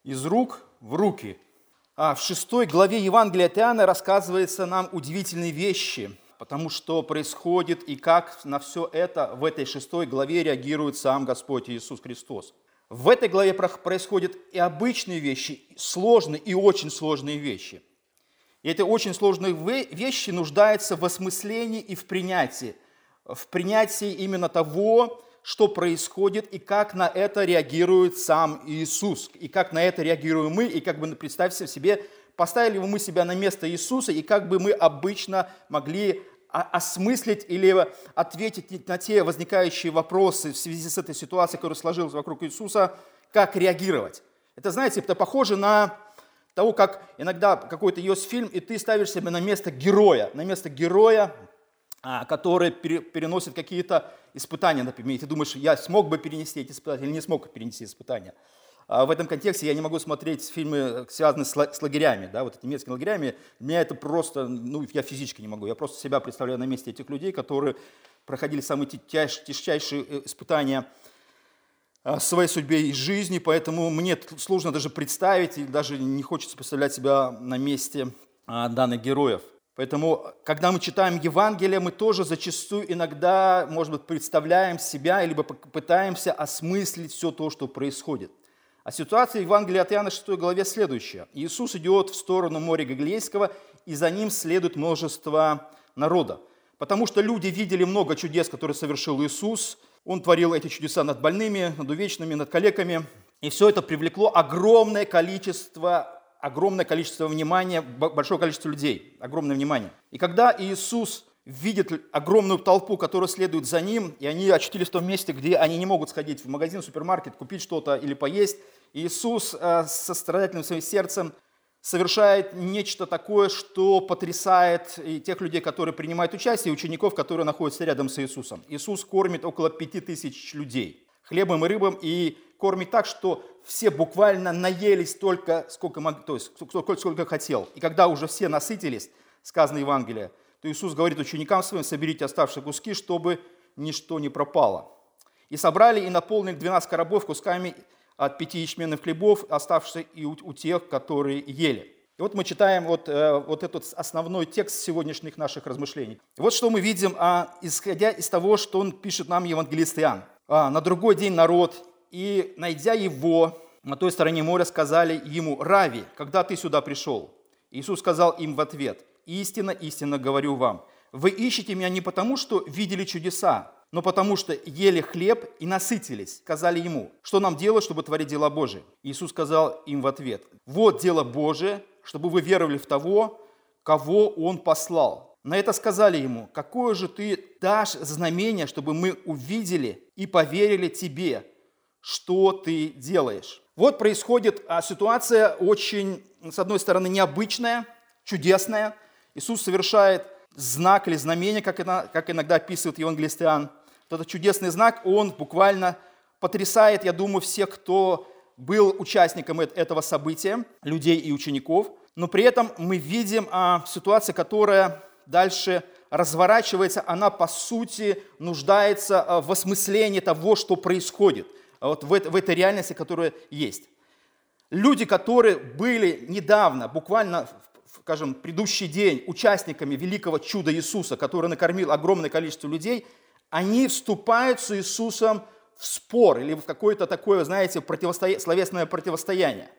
из рук в руки. А в 6 главе Евангелия от Иоанна рассказывается нам удивительные вещи, потому что происходит и как на все это в этой 6 главе реагирует сам Господь Иисус Христос. В этой главе происходят и обычные вещи, сложные и очень сложные вещи. И эти очень сложные вещи нуждаются в осмыслении и в принятии именно того, что происходит и как на это реагирует сам Иисус, и как на это реагируем мы, и как бы представьте себе, поставили бы мы себя на место Иисуса, и как бы мы обычно могли осмыслить или ответить на те возникающие вопросы в связи с этой ситуацией, которая сложилась вокруг Иисуса, как реагировать. Это, знаете, это похоже на того, как иногда какой-то есть фильм, и ты ставишь себя на место героя, который переносит какие-то испытания, например, и ты думаешь, я смог бы перенести эти испытания или не смог перенести испытания. В этом контексте я не могу смотреть фильмы, связанные с лагерями, да, вот этими немецкими лагерями. Меня это просто, я физически не могу. Я просто себя представляю на месте этих людей, которые проходили самые тяжчайшие испытания в своей судьбе и жизни, поэтому мне сложно даже представить, и даже не хочется представлять себя на месте данных героев. Поэтому, когда мы читаем Евангелие, мы тоже зачастую иногда, может быть, представляем себя, либо пытаемся осмыслить все то, что происходит. А ситуация Евангелия от Иоанна 6 главе следующая. Иисус идет в сторону моря Галилейского, и за ним следует множество народа. Потому что люди видели много чудес, которые совершил Иисус. Он творил эти чудеса над больными, над увечными, над калеками. И все это привлекло огромное количество внимания, большое количество людей, огромное внимание. И когда Иисус видит огромную толпу, которая следует за ним, и они очутились в том месте, где они не могут сходить в магазин, в супермаркет, купить что-то или поесть, Иисус со сострадательным своим сердцем совершает нечто такое, что потрясает и тех людей, которые принимают участие, и учеников, которые находятся рядом с Иисусом. Иисус кормит около 5000 людей хлебом и рыбом, и кормит так, что все буквально наелись столько, сколько хотел. И когда уже все насытились, сказано Евангелие, то Иисус говорит ученикам своим: соберите оставшиеся куски, чтобы ничто не пропало. И собрали и наполнили 12 коробов кусками от 5 ячменных хлебов, оставшихся и у тех, которые ели. И вот мы читаем вот этот основной текст сегодняшних наших размышлений. И вот что мы видим, исходя из того, что он пишет нам евангелист Иоанн. На другой день народ, и, найдя его на той стороне моря, сказали ему: «Рави, когда ты сюда пришел?» Иисус сказал им в ответ: «Истинно, истинно говорю вам, вы ищете меня не потому, что видели чудеса, но потому что ели хлеб и насытились». Сказали ему: «Что нам делать, чтобы творить дела Божии?» Иисус сказал им в ответ: «Вот дело Божие, чтобы вы веровали в того, кого Он послал». На это сказали ему: «Какое же ты дашь знамение, чтобы мы увидели и поверили тебе, что ты делаешь?» Вот происходит ситуация очень, с одной стороны, необычная, чудесная. Иисус совершает знак или знамение, как иногда описывает евангелист Иоанн. Вот этот чудесный знак, он буквально потрясает, я думаю, всех, кто был участником этого события, людей и учеников. Но при этом мы видим ситуацию, которая дальше разворачивается, она по сути нуждается в осмыслении того, что происходит вот в этой реальности, которая есть. Люди, которые были недавно, буквально, скажем, предыдущий день участниками великого чуда Иисуса, который накормил огромное количество людей, они вступают с Иисусом в спор или в какое-то такое, знаете, словесное противостояние.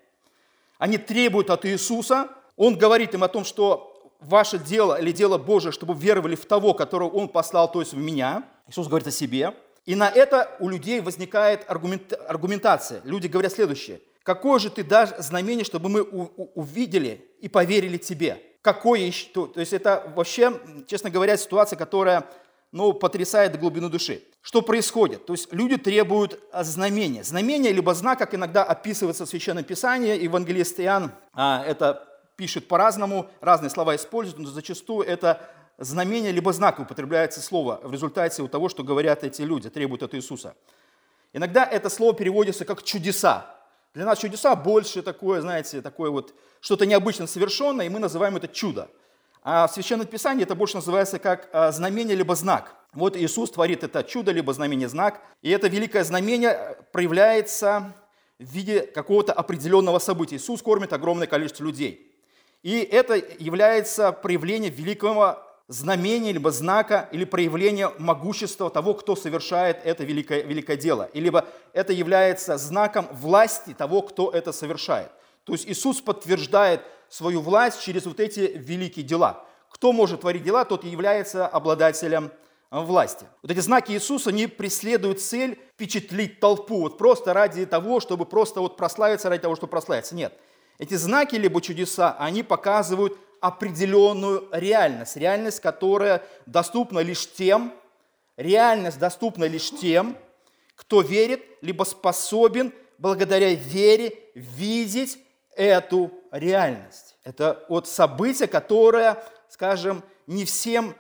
Они требуют от Иисуса, Он говорит им о том, что ваше дело или дело Божие, чтобы веровали в того, которого Он послал, то есть в меня. Иисус говорит о себе. И на это у людей возникает аргументация. Люди говорят следующее: «Какое же ты дашь знамение, чтобы мы увидели и поверили тебе?» Какое еще? То есть это вообще, честно говоря, ситуация, которая потрясает до глубины души. Что происходит? То есть люди требуют знамения. Знамение либо знак, как иногда описывается в Священном Писании. Евангелист Иоанн это пишет по-разному, разные слова используют, но зачастую это знамение либо знак употребляется слово в результате того, что говорят эти люди, требуют от Иисуса. Иногда это слово переводится как чудеса. Для нас чудеса больше такое, знаете, такое вот что-то необычно совершенное, и мы называем это чудо. А в Священном Писании это больше называется как знамение либо знак. Вот Иисус творит это чудо, либо знамение, знак. И это великое знамение проявляется в виде какого-то определенного события. Иисус кормит огромное количество людей. И это является проявлением великого знамения, либо знака, или проявления могущества того, кто совершает это великое дело. Либо это является знаком власти того, кто это совершает. То есть Иисус подтверждает свою власть через вот эти великие дела. Кто может творить дела, тот и является обладателем власти. Вот эти знаки Иисуса, они преследуют цель впечатлить толпу, вот просто ради того, чтобы просто вот прославиться, ради того, чтобы прославиться. Нет. Эти знаки, либо чудеса, они показывают определенную реальность, которая доступна лишь тем, кто верит, либо способен благодаря вере видеть эту реальность. Это вот событие, которое, скажем, не всем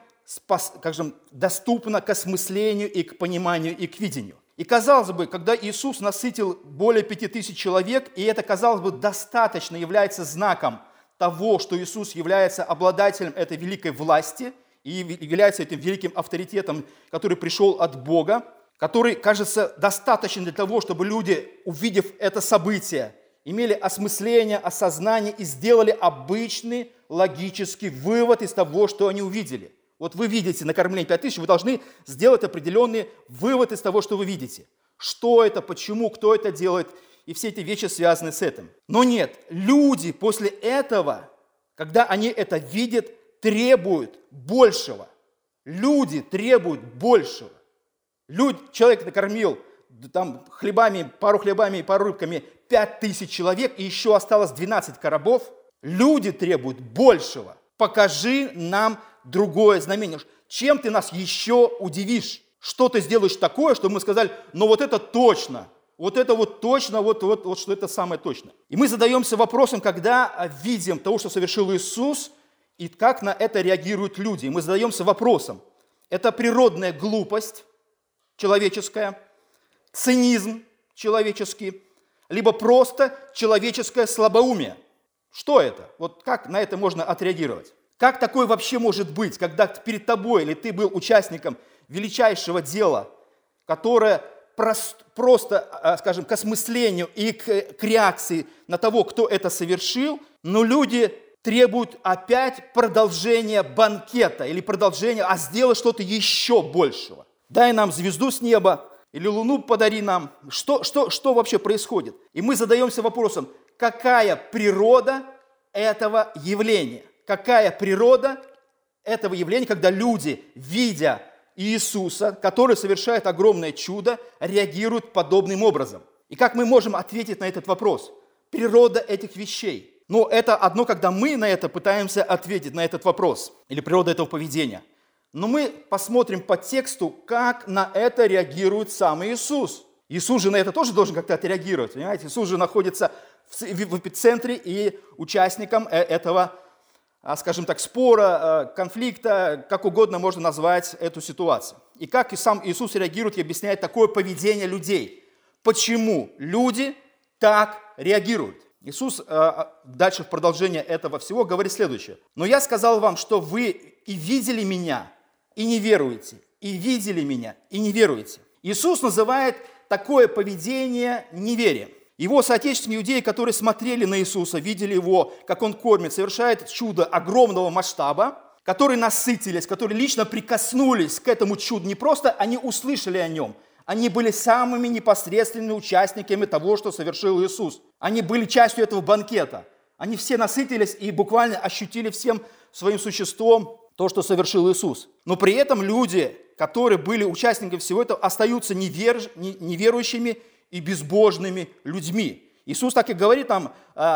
доступно к осмыслению и к пониманию и к видению. И казалось бы, когда Иисус насытил более 5000 человек, и это, казалось бы, достаточно является знаком того, что Иисус является обладателем этой великой власти и является этим великим авторитетом, который пришел от Бога, который, кажется, достаточен для того, чтобы люди, увидев это событие, имели осмысление, осознание и сделали обычный логический вывод из того, что они увидели. Вот вы видите накормление 5000, вы должны сделать определенный вывод из того, что вы видите. Что это, почему, кто это делает, и все эти вещи связаны с этим. Но нет, люди после этого, когда они это видят, требуют большего. Люди требуют большего. Человек накормил там пару хлебами и пару рыбками 5000 человек, и еще осталось 12 коробов. Люди требуют большего. Покажи нам другое знамение. Чем ты нас еще удивишь? Что ты сделаешь такое, чтобы мы сказали, ну вот это точно, вот это вот точно, вот что это самое точно. И мы задаемся вопросом, когда видим того, что совершил Иисус, и как на это реагируют люди. И мы задаемся вопросом, это природная глупость человеческая, цинизм человеческий, либо просто человеческое слабоумие. Что это? Вот как на это можно отреагировать? Как такое вообще может быть, когда перед тобой или ты был участником величайшего дела, которое просто, скажем, к осмыслению и к реакции на того, кто это совершил, но люди требуют опять продолжения банкета или продолжения, а сделай что-то еще большего. Дай нам звезду с неба или луну подари нам. Что вообще происходит? И мы задаемся вопросом, какая природа этого явления? Какая природа этого явления, когда люди, видя Иисуса, который совершает огромное чудо, реагируют подобным образом? И как мы можем ответить на этот вопрос? Природа этих вещей. Но это одно, когда мы на это пытаемся ответить, на этот вопрос, или природа этого поведения. Но мы посмотрим по тексту, как на это реагирует сам Иисус. Иисус же на это тоже должен как-то отреагировать. Понимаете? Иисус же находится в эпицентре и участником этого, скажем так, спора, конфликта, как угодно можно назвать эту ситуацию. И как и сам Иисус реагирует и объясняет такое поведение людей. Почему люди так реагируют? Иисус дальше в продолжение этого всего говорит следующее. «Но я сказал вам, что вы и видели меня, и не веруете, и видели меня, и не веруете». Иисус называет такое поведение неверием. Его соотечественные иудеи, которые смотрели на Иисуса, видели Его, как Он кормит, совершает чудо огромного масштаба, которые насытились, которые лично прикоснулись к этому чуду. Не просто они услышали о Нем, они были самыми непосредственными участниками того, что совершил Иисус. Они были частью этого банкета. Они все насытились и буквально ощутили всем своим существом то, что совершил Иисус. Но при этом люди, которые были участниками всего этого, остаются неверующими и безбожными людьми. Иисус так и говорит нам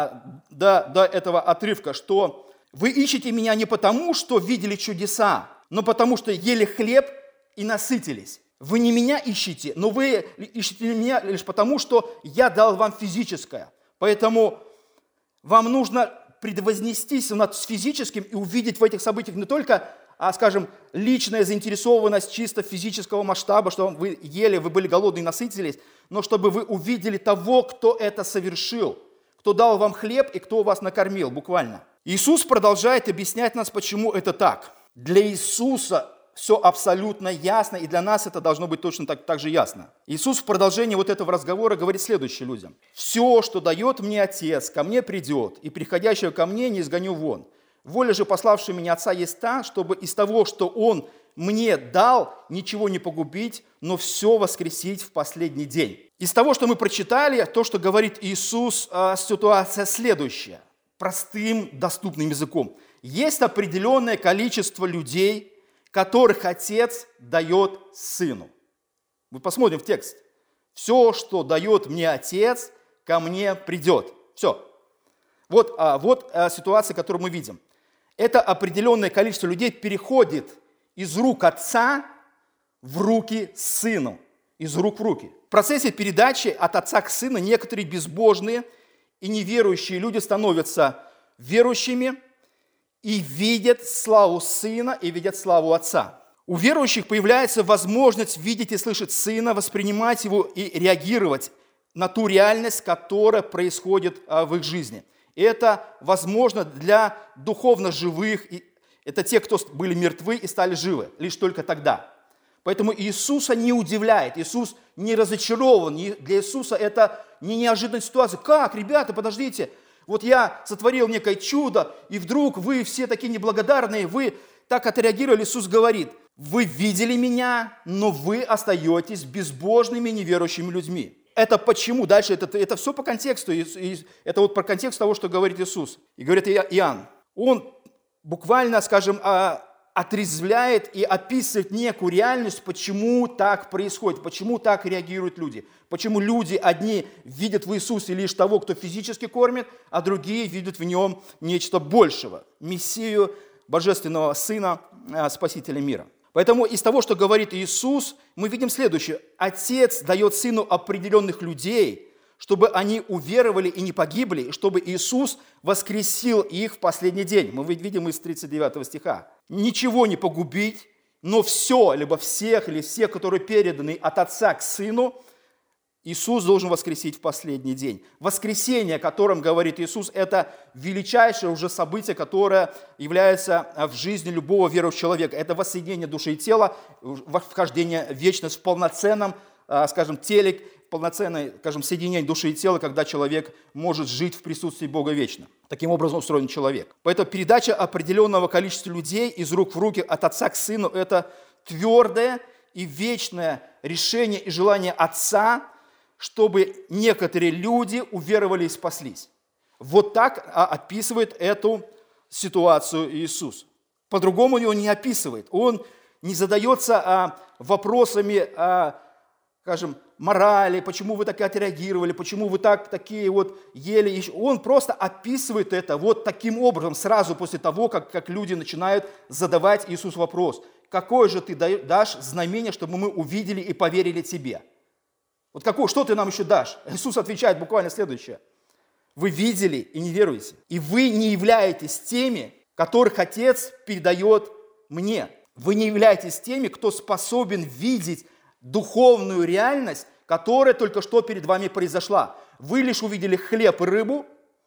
до этого отрывка, что вы ищете меня не потому, что видели чудеса, но потому, что ели хлеб и насытились. Вы не меня ищете, но вы ищете меня лишь потому, что я дал вам физическое. Поэтому вам нужно предвознестись над физическим и увидеть в этих событиях не только, скажем, личная заинтересованность чисто физического масштаба, что вы ели, вы были голодны и насытились, но чтобы вы увидели того, кто это совершил, кто дал вам хлеб и кто вас накормил, буквально. Иисус продолжает объяснять нас, почему это так. Для Иисуса все абсолютно ясно, и для нас это должно быть точно так же ясно. Иисус в продолжении вот этого разговора говорит следующее людям. «Все, что дает мне Отец, ко мне придет, и приходящего ко мне не изгоню вон. Воля же пославшего меня Отца есть та, чтобы из того, что Он мне дал, ничего не погубить, но все воскресить в последний день». Из того, что мы прочитали, то, что говорит Иисус, ситуация следующая, простым, доступным языком. Есть определенное количество людей, которых Отец дает Сыну. Мы посмотрим в текст. «Все, что дает мне Отец, ко мне придет». Все. Вот ситуация, которую мы видим. Это определенное количество людей переходит из рук Отца в руки Сыну. Из рук в руки. В процессе передачи от Отца к Сыну некоторые безбожные и неверующие люди становятся верующими, и видят славу Сына, и видят славу Отца. У верующих появляется возможность видеть и слышать Сына, воспринимать Его и реагировать на ту реальность, которая происходит в их жизни. И это возможно для духовно живых, это те, кто были мертвы и стали живы, лишь только тогда. Поэтому Иисуса не удивляет, Иисус не разочарован, для Иисуса это не неожиданная ситуация. Как, ребята, подождите, вот я сотворил некое чудо, и вдруг вы все такие неблагодарные, вы так отреагировали. Иисус говорит, вы видели меня, но вы остаетесь безбожными, неверующими людьми. Это почему? Дальше это все по контексту. Это вот про контекст того, что говорит Иисус. И говорит Иоанн. Он буквально, скажем, отрезвляет и описывает некую реальность, почему так происходит, почему так реагируют люди. Почему люди одни видят в Иисусе лишь того, кто физически кормит, а другие видят в нем нечто большего. Мессию, Божественного Сына, Спасителя мира. Поэтому из того, что говорит Иисус, мы видим следующее. Отец дает Сыну определенных людей, чтобы они уверовали и не погибли, и чтобы Иисус воскресил их в последний день. Мы видим из 39 стиха. Ничего не погубить, но все, либо всех, или все, которые переданы от Отца к Сыну, Иисус должен воскресить в последний день. Воскресение, о котором говорит Иисус, это величайшее уже событие, которое является в жизни любого верующего человека. Это воссоединение души и тела, вхождение в вечность в полноценном, скажем, теле, полноценное, скажем, соединение души и тела, когда человек может жить в присутствии Бога вечно. Таким образом устроен человек. Поэтому передача определенного количества людей из рук в руки от Отца к Сыну – это твердое и вечное решение и желание Отца, чтобы некоторые люди уверовали и спаслись. Вот так описывает эту ситуацию Иисус. По-другому он не описывает. Он не задается вопросами, скажем, морали, почему вы так отреагировали, почему вы такие вот ели. Он просто описывает это вот таким образом, сразу после того, как люди начинают задавать Иисусу вопрос. Какое же ты дашь знамение, чтобы мы увидели и поверили тебе? Вот что ты нам еще дашь? Иисус отвечает буквально следующее. Вы видели и не веруете. И вы не являетесь теми, которых Отец передает мне. Вы не являетесь теми, кто способен видеть духовную реальность, которая только что перед вами произошла. Вы лишь увидели хлеб и рыбу,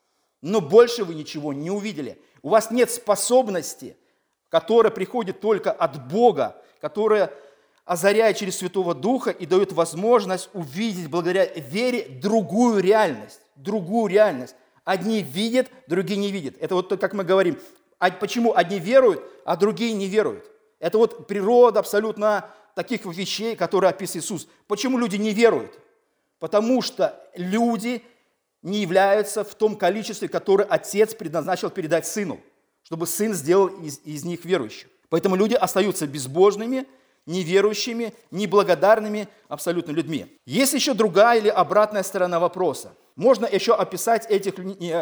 но больше вы ничего не увидели. У вас нет способности, которая приходит только от Бога, которая озаряет через Святого Духа и дает возможность увидеть благодаря вере другую реальность. Другую реальность. Одни видят, другие не видят. Это вот как мы говорим, почему одни веруют, а другие не веруют. Это вот природа абсолютно таких вещей, которые описывает Иисус. Почему люди не веруют? Потому что люди не являются в том количестве, которое Отец предназначил передать Сыну, чтобы Сын сделал из них верующих. Поэтому люди остаются безбожными, неверующими, неблагодарными абсолютно людьми. Есть еще другая или обратная сторона вопроса. Можно еще описать этих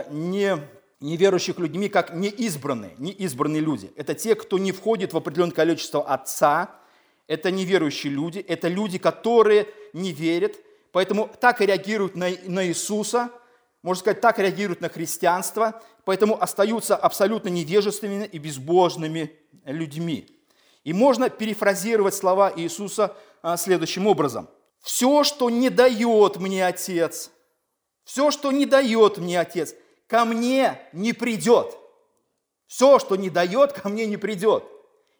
неверующих людьми как неизбранные люди. Это те, кто не входит в определенное количество Отца, это неверующие люди, это люди, которые не верят, поэтому так и реагируют на Иисуса, можно сказать, так реагируют на христианство, поэтому остаются абсолютно невежественными и безбожными людьми. И можно перефразировать слова Иисуса следующим образом. «Все, что не дает мне Отец, все, что не дает мне Отец, ко мне не придет». Все, что не дает, ко мне не придет.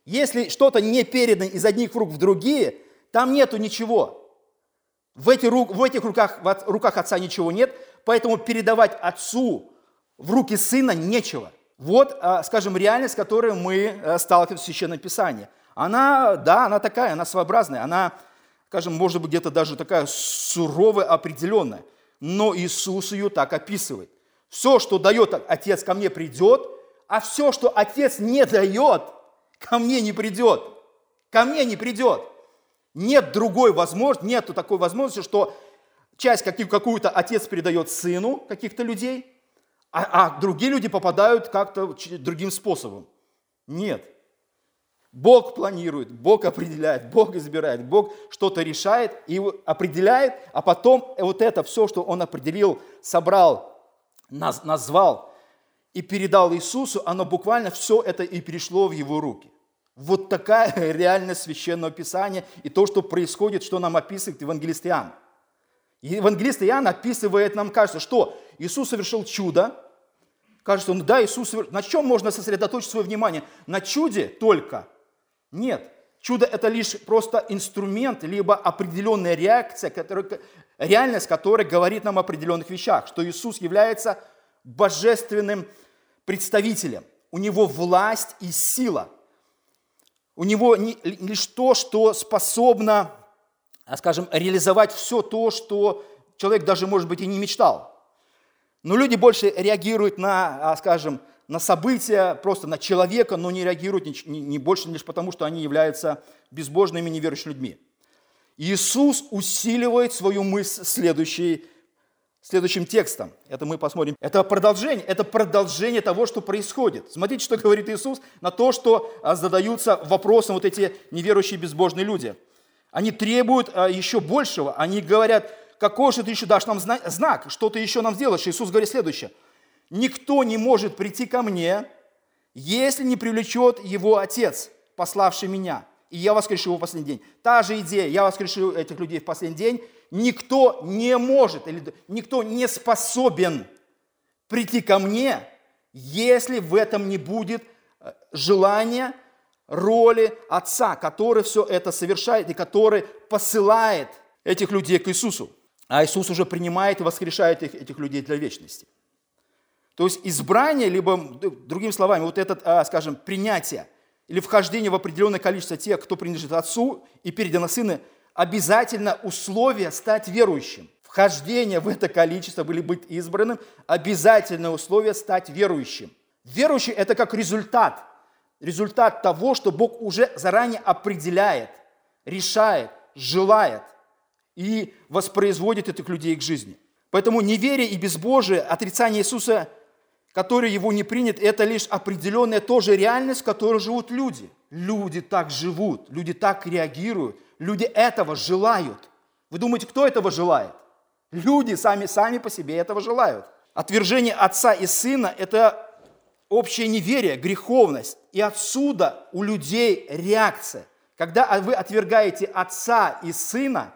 Если что-то не передано из одних рук в другие, там нету ничего. В этих руках Отца ничего нет, поэтому передавать Отцу в руки Сына нечего. Вот, скажем, реальность, с которой мы сталкиваемся в Священном Писании. Она такая, она своеобразная, она, скажем, может быть, где-то даже такая суровая, определенная. Но Иисус ее так описывает. Все, что дает Отец, ко мне придет, а все, что Отец не дает, ко мне не придет. Ко мне не придет. Нет другой возможности, нету такой возможности, что часть какую-то Отец передает Сыну каких-то людей, а другие люди попадают как-то другим способом. Нет. Бог планирует, Бог определяет, Бог избирает, Бог что-то решает и определяет, а потом вот это все, что Он определил, собрал, назвал и передал Иисусу, оно буквально все это и перешло в Его руки. Вот такая реальность Священного Писания и то, что происходит, что нам описывает евангелист Иоанн. Евангелист Иоанн описывает нам, кажется, что Иисус совершил чудо. Кажется, Иисус, на чем можно сосредоточить свое внимание? На чуде только? Нет. Чудо – это лишь просто инструмент, либо определенная реальность, которая говорит нам о определенных вещах, что Иисус является божественным представителем. У Него власть и сила. У Него лишь то, что способно, скажем, реализовать все то, что человек даже, может быть, и не мечтал. Но люди больше реагируют на, скажем, на события, просто на человека, но не реагируют не больше лишь потому, что они являются безбожными, неверующими людьми. Иисус усиливает свою мысль следующим текстом. Это мы посмотрим. Это продолжение того, что происходит. Смотрите, что говорит Иисус на то, что задаются вопросом вот эти неверующие безбожные люди. Они требуют еще большего. Они говорят: какой же ты еще дашь нам знак, что ты еще нам сделаешь? Иисус говорит следующее: никто не может прийти ко мне, если не привлечет его Отец, пославший меня, и я воскрешу его в последний день. Та же идея: я воскрешу этих людей в последний день. Никто не может, или никто не способен прийти ко мне, если в этом не будет желания, роли Отца, который все это совершает и который посылает этих людей к Иисусу. А Иисус уже принимает и воскрешает этих людей для вечности. То есть избрание, либо, другими словами, вот это, скажем, принятие или вхождение в определенное количество тех, кто принадлежит Отцу и передано Сыну, обязательно условие стать верующим. Вхождение в это количество или быть избранным – обязательное условие стать верующим. Верующий – это как результат того, что Бог уже заранее определяет, решает, желает и воспроизводит этих людей к жизни. Поэтому неверие и безбожие, отрицание Иисуса, который Его не принят, это лишь определенная тоже реальность, в которой живут люди. Люди так живут, люди так реагируют, люди этого желают. Вы думаете, кто этого желает? Люди сами по себе этого желают. Отвержение Отца и Сына – это общее неверие, греховность. И отсюда у людей реакция. Когда вы отвергаете Отца и Сына,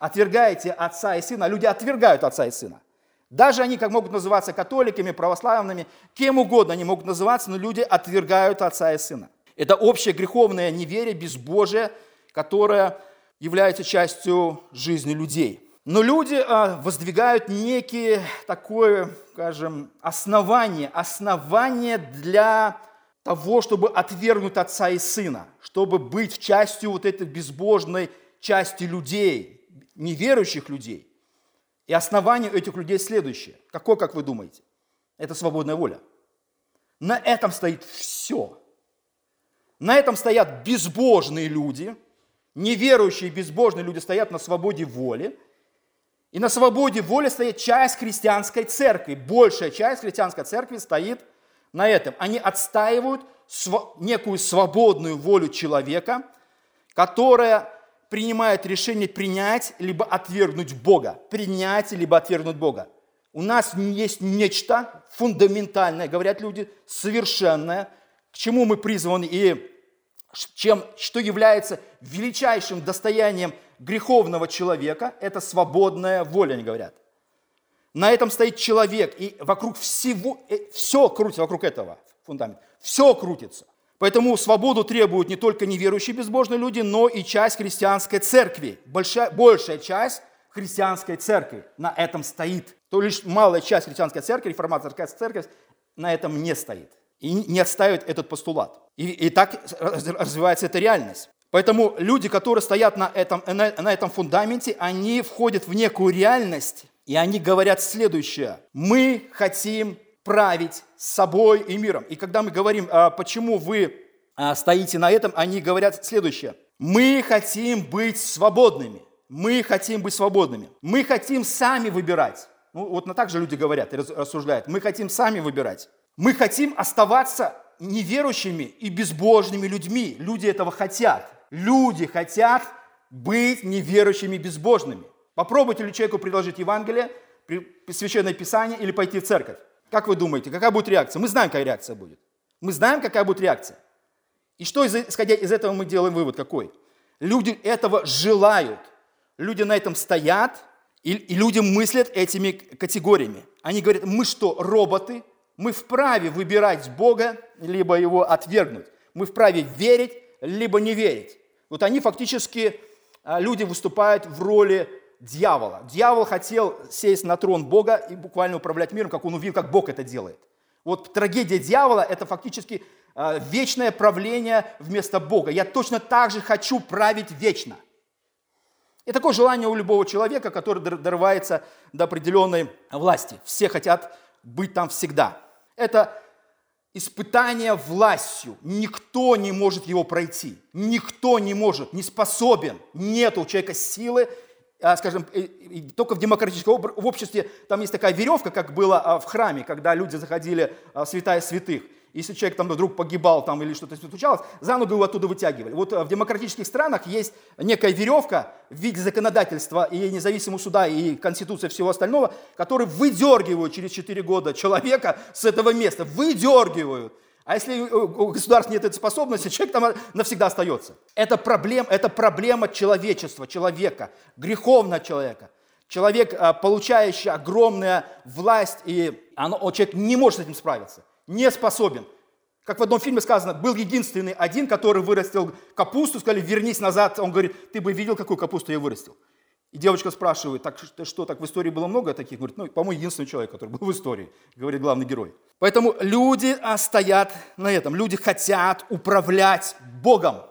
люди отвергают Отца и Сына. Даже они как могут называться католиками, православными, кем угодно они могут называться, но люди отвергают Отца и Сына. Это общее греховное неверие, безбожие, которое является частью жизни людей. Но люди воздвигают некие такое, скажем, основание для того, чтобы отвергнуть Отца и Сына, чтобы быть частью вот этой безбожной части людей, неверующих людей. И основание этих людей следующее. Какое, как вы думаете? Это свободная воля. На этом стоит все. На этом стоят безбожные люди, неверующие безбожные люди стоят на свободе воли. И на свободе воли стоит часть христианской церкви. Большая часть христианской церкви стоит на этом. Они отстаивают некую свободную волю человека, которая принимает решение принять либо отвергнуть Бога. Принять либо отвергнуть Бога. У нас есть нечто фундаментальное, говорят люди, совершенное, к чему мы призваны и что является величайшим достоянием греховного человека, это свободная воля, они говорят. На этом стоит человек, и вокруг всего, все крутится вокруг этого фундамента. Все крутится. Поэтому свободу требуют не только неверующие безбожные люди, но и часть христианской церкви. Большая часть христианской церкви на этом стоит. То лишь малая часть христианской церкви, реформаторская церковь, на этом не стоит. И не отстаивает этот постулат. И так развивается эта реальность. Поэтому люди, которые стоят на этом фундаменте, они входят в некую реальность, и они говорят следующее. Мы хотим править собой и миром. И когда мы говорим, почему вы стоите на этом, они говорят следующее. Мы хотим быть свободными. Мы хотим быть свободными. Мы хотим сами выбирать. Ну, вот так же люди говорят и рассуждают. Мы хотим сами выбирать. Мы хотим оставаться неверующими и безбожными людьми. Люди этого хотят. Люди хотят быть неверующими и безбожными. Попробуйте ли человеку предложить Евангелие, Священное Писание или пойти в церковь? Как вы думаете, какая будет реакция? Мы знаем, какая реакция будет. Мы знаем, какая будет реакция. И что, исходя из этого, мы делаем вывод какой? Люди этого желают. Люди на этом стоят, и люди мыслят этими категориями. Они говорят, мы что, роботы? Мы вправе выбирать Бога, либо его отвергнуть. Мы вправе верить, либо не верить. Вот они фактически, люди выступают в роли дьявола. Дьявол хотел сесть на трон Бога и буквально управлять миром, как он увидел, как Бог это делает. Вот трагедия дьявола – это фактически вечное правление вместо Бога. Я точно так же хочу править вечно. И такое желание у любого человека, который дорывается до определенной власти. Все хотят быть там всегда. Это испытание властью. Никто не может его пройти. Никто не может, не способен. Нет у человека силы. Скажем, только в демократическом обществе там есть такая веревка, как было в храме, когда люди заходили в святая святых. Если человек там вдруг погибал там, или что-то случалось, за ногу его оттуда вытягивали. Вот в демократических странах есть некая веревка в виде законодательства и независимого суда, и конституции, и всего остального, которые выдергивают через 4 года человека с этого места. Выдергивают. А если у государства нет этой способности, человек там навсегда остается. Это проблема человечества, человека, греховного человека. Человек, получающий огромную власть, и человек не может с этим справиться, не способен. Как в одном фильме сказано, был единственный один, который вырастил капусту, сказали, вернись назад. Он говорит, ты бы видел, какую капусту я вырастил. И девочка спрашивает, так в истории было много таких? Говорит, по-моему, единственный человек, который был в истории, говорит главный герой. Поэтому люди стоят на этом. Люди хотят управлять Богом,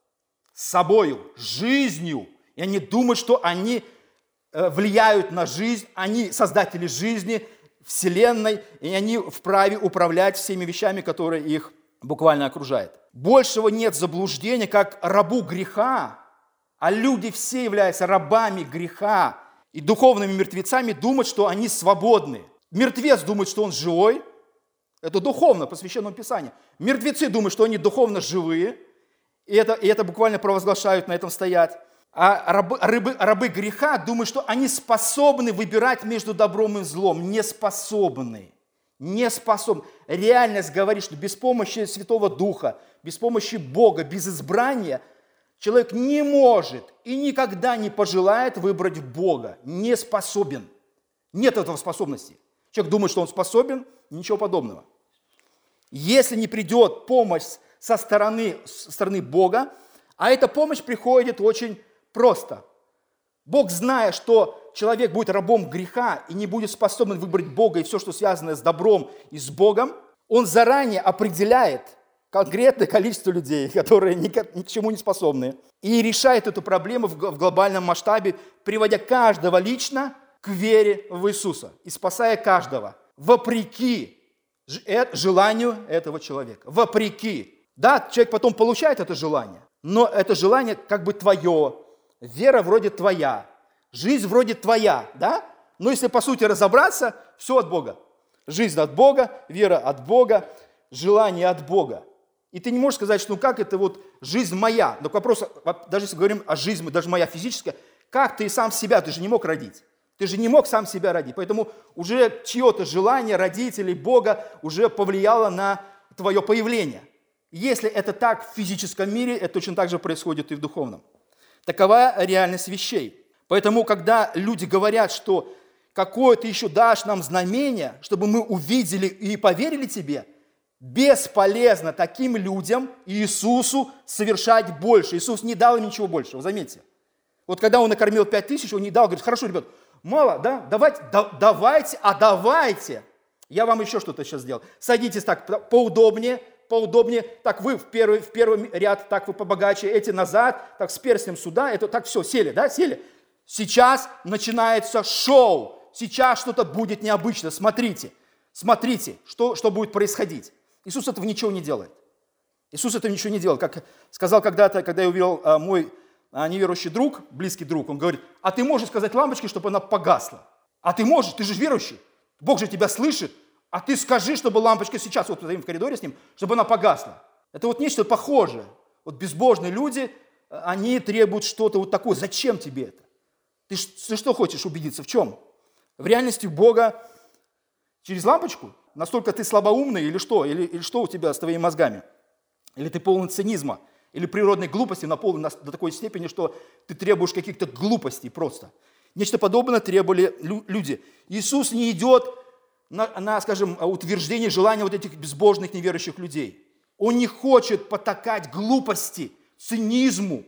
собою, жизнью. И они думают, что они влияют на жизнь, они создатели жизни, вселенной, и они вправе управлять всеми вещами, которые их буквально окружают. Большего нет заблуждения, как рабу греха. А люди все являются рабами греха и духовными мертвецами, думают, что они свободны. Мертвец думает, что он живой. Это духовно, по Священному Писанию. Мертвецы думают, что они духовно живые. И это буквально провозглашают, на этом стоят. А рабы греха думают, что они способны выбирать между добром и злом. Не способны. Не способны. Реальность говорит, что без помощи Святого Духа, без помощи Бога, без избрания – человек не может и никогда не пожелает выбрать Бога. Не способен. Нет этого способности. Человек думает, что он способен, ничего подобного. Если не придет помощь со стороны Бога, а эта помощь приходит очень просто. Бог, зная, что человек будет рабом греха и не будет способен выбрать Бога и все, что связано с добром и с Богом, Он заранее определяет конкретное количество людей, которые ни к чему не способны, и решает эту проблему в глобальном масштабе, приводя каждого лично к вере в Иисуса и спасая каждого, вопреки желанию этого человека. Вопреки. Да, человек потом получает это желание, но это желание как бы твое, вера вроде твоя, жизнь вроде твоя, да? Но если по сути разобраться, все от Бога. Жизнь от Бога, вера от Бога, желание от Бога. И ты не можешь сказать, что как это вот жизнь моя. Но вопрос, даже если говорим о жизни, даже моя физическая, как ты сам себя, ты же не мог родить. Ты же не мог сам себя родить. Поэтому уже чье-то желание родителей, Бога уже повлияло на твое появление. Если это так в физическом мире, это точно так же происходит и в духовном. Такова реальность вещей. Поэтому, когда люди говорят, что какое ты еще дашь нам знамение, чтобы мы увидели и поверили тебе, Бесполезно таким людям Иисусу совершать больше. Иисус не дал им ничего большего, заметьте. Вот когда Он накормил 5000, Он не дал, говорит, хорошо, ребят, мало, да, давайте. Я вам еще что-то сейчас сделал. Садитесь так поудобнее. Так вы в первый ряд, так вы побогаче, эти назад, так с перстнем сюда, это так все, сели, да, сели. Сейчас начинается шоу, сейчас что-то будет необычно, смотрите, что будет происходить. Иисус этого ничего не делает. Иисус этого ничего не делал. Как сказал когда-то, когда я увидел мой неверующий друг, близкий друг, он говорит, а ты можешь сказать лампочке, чтобы она погасла? А ты можешь, ты же верующий, Бог же тебя слышит. А ты скажи, чтобы лампочка сейчас, вот стоим в коридоре с ним, чтобы она погасла. Это вот нечто похожее. Вот безбожные люди, они требуют что-то вот такое. Зачем тебе это? Ты что хочешь убедиться? В чем? В реальности Бога через лампочку? Настолько ты слабоумный или что? Или что у тебя с твоими мозгами? Или ты полон цинизма? Или природной глупости наполнен до такой степени, что ты требуешь каких-то глупостей просто? Нечто подобное требовали люди. Иисус не идет на, скажем, утверждение желания вот этих безбожных, неверующих людей. Он не хочет потакать глупости, цинизму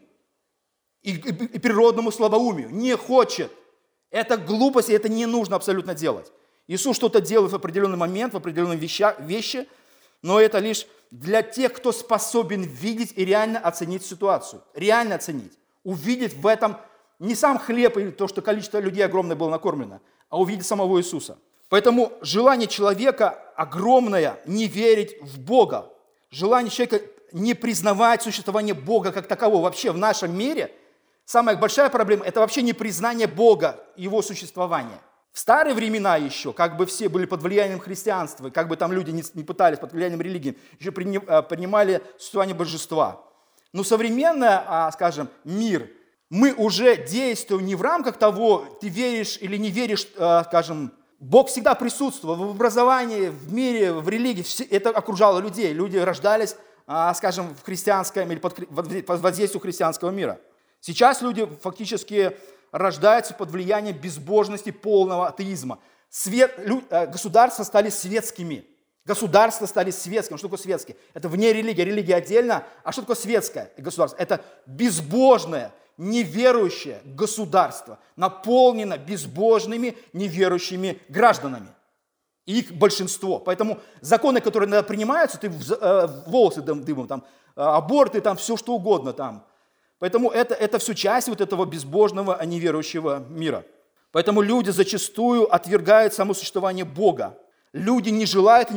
и природному слабоумию. Не хочет. Это глупость, и это не нужно абсолютно делать. Иисус что-то делает в определенный момент, в определенные вещи, но это лишь для тех, кто способен видеть и реально оценить ситуацию. Реально оценить. Увидеть в этом не сам хлеб или то, что количество людей огромное было накормлено, а увидеть самого Иисуса. Поэтому желание человека огромное не верить в Бога. Желание человека не признавать существование Бога как такового. Вообще в нашем мире самая большая проблема – это вообще не признание Бога, Его существования. В старые времена еще, как бы все были под влиянием христианства, как бы там люди не пытались под влиянием религии, еще принимали существование божества. Но современный, скажем, мир, мы уже действуем не в рамках того, ты веришь или не веришь, скажем, Бог всегда присутствовал в образовании, в мире, в религии. Это окружало людей. Люди рождались, скажем, в христианском или под воздействием христианского мира. Сейчас люди фактически рождаются под влиянием безбожности, полного атеизма. Государства стали светскими. Государства стали светскими. Что такое светские? Это вне религии. Религия отдельно. А что такое светское государство? Это безбожное, неверующее государство наполнено безбожными, неверующими гражданами. И их большинство. Поэтому законы, которые иногда принимаются, ты волосы дымом, там, аборты, там, все что угодно. Там. Поэтому это все часть вот этого безбожного, неверующего мира. Поэтому люди зачастую отвергают само существование Бога. Люди не желают и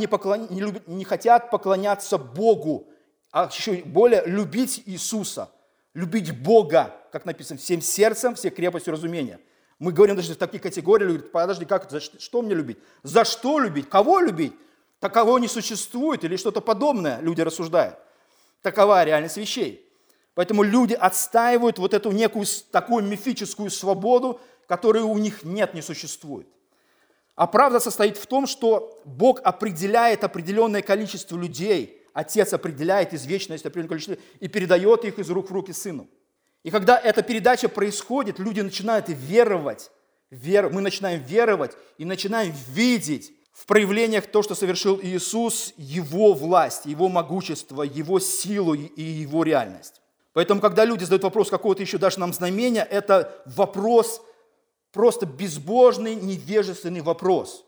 не хотят поклоняться Богу, а еще более любить Иисуса. Любить Бога, как написано, всем сердцем, всей крепостью разумения. Мы говорим даже в таких категориях, подожди, что мне любить? За что любить? Кого любить? Такового не существует или что-то подобное, люди рассуждают. Такова реальность вещей. Поэтому люди отстаивают вот эту некую такую мифическую свободу, которой у них нет, не существует. А правда состоит в том, что Бог определяет определенное количество людей, Отец определяет из вечности определенное количество и передает их из рук в руки Сыну. И когда эта передача происходит, люди начинают веровать. Мы начинаем веровать и начинаем видеть в проявлениях то, что совершил Иисус, Его власть, Его могущество, Его силу и Его реальность. Поэтому, когда люди задают вопрос какого-то еще даже нам знамения, это вопрос, просто безбожный, невежественный вопрос.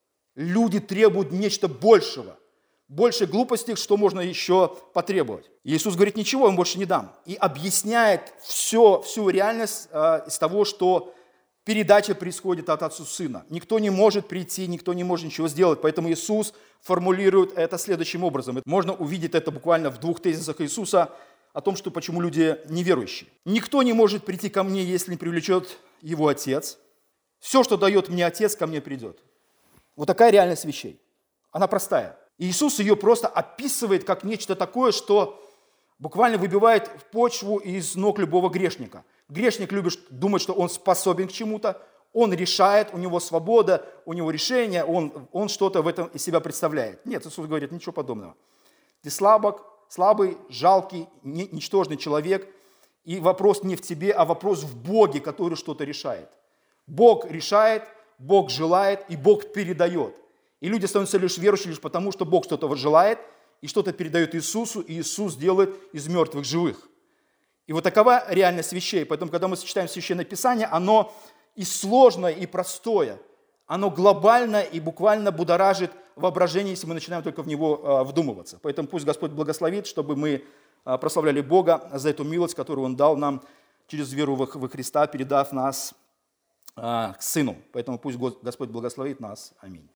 Люди требуют нечто большего. Больше глупостей, что можно еще потребовать. Иисус говорит, ничего им больше не дам. И объясняет всю реальность из того, что передача происходит от Отца Сына. Никто не может прийти, никто не может ничего сделать. Поэтому Иисус формулирует это следующим образом. Можно увидеть это буквально в 2 тезисах Иисуса о том, что почему люди неверующие. Никто не может прийти ко мне, если не привлечет его Отец. Все, что дает мне Отец, ко мне придет. Вот такая реальность вещей. Она простая. И Иисус ее просто описывает как нечто такое, что буквально выбивает почву из ног любого грешника. Грешник любит думать, что он способен к чему-то, он решает, у него свобода, у него решение, он что-то в этом из себя представляет. Нет, Иисус говорит, ничего подобного. Ты слабый, жалкий, ничтожный человек, и вопрос не в тебе, а вопрос в Боге, который что-то решает. Бог решает, Бог желает, и Бог передает. И люди становятся лишь верующими лишь потому, что Бог что-то желает, и что-то передает Иисусу, и Иисус делает из мертвых живых. И вот такова реальность вещей. Поэтому, когда мы читаем Священное Писание, оно и сложное, и простое. Оно глобально и буквально будоражит воображение, если мы начинаем только в него вдумываться. Поэтому пусть Господь благословит, чтобы мы прославляли Бога за эту милость, которую Он дал нам через веру во Христа, передав нас к Сыну. Поэтому пусть Господь благословит нас. Аминь.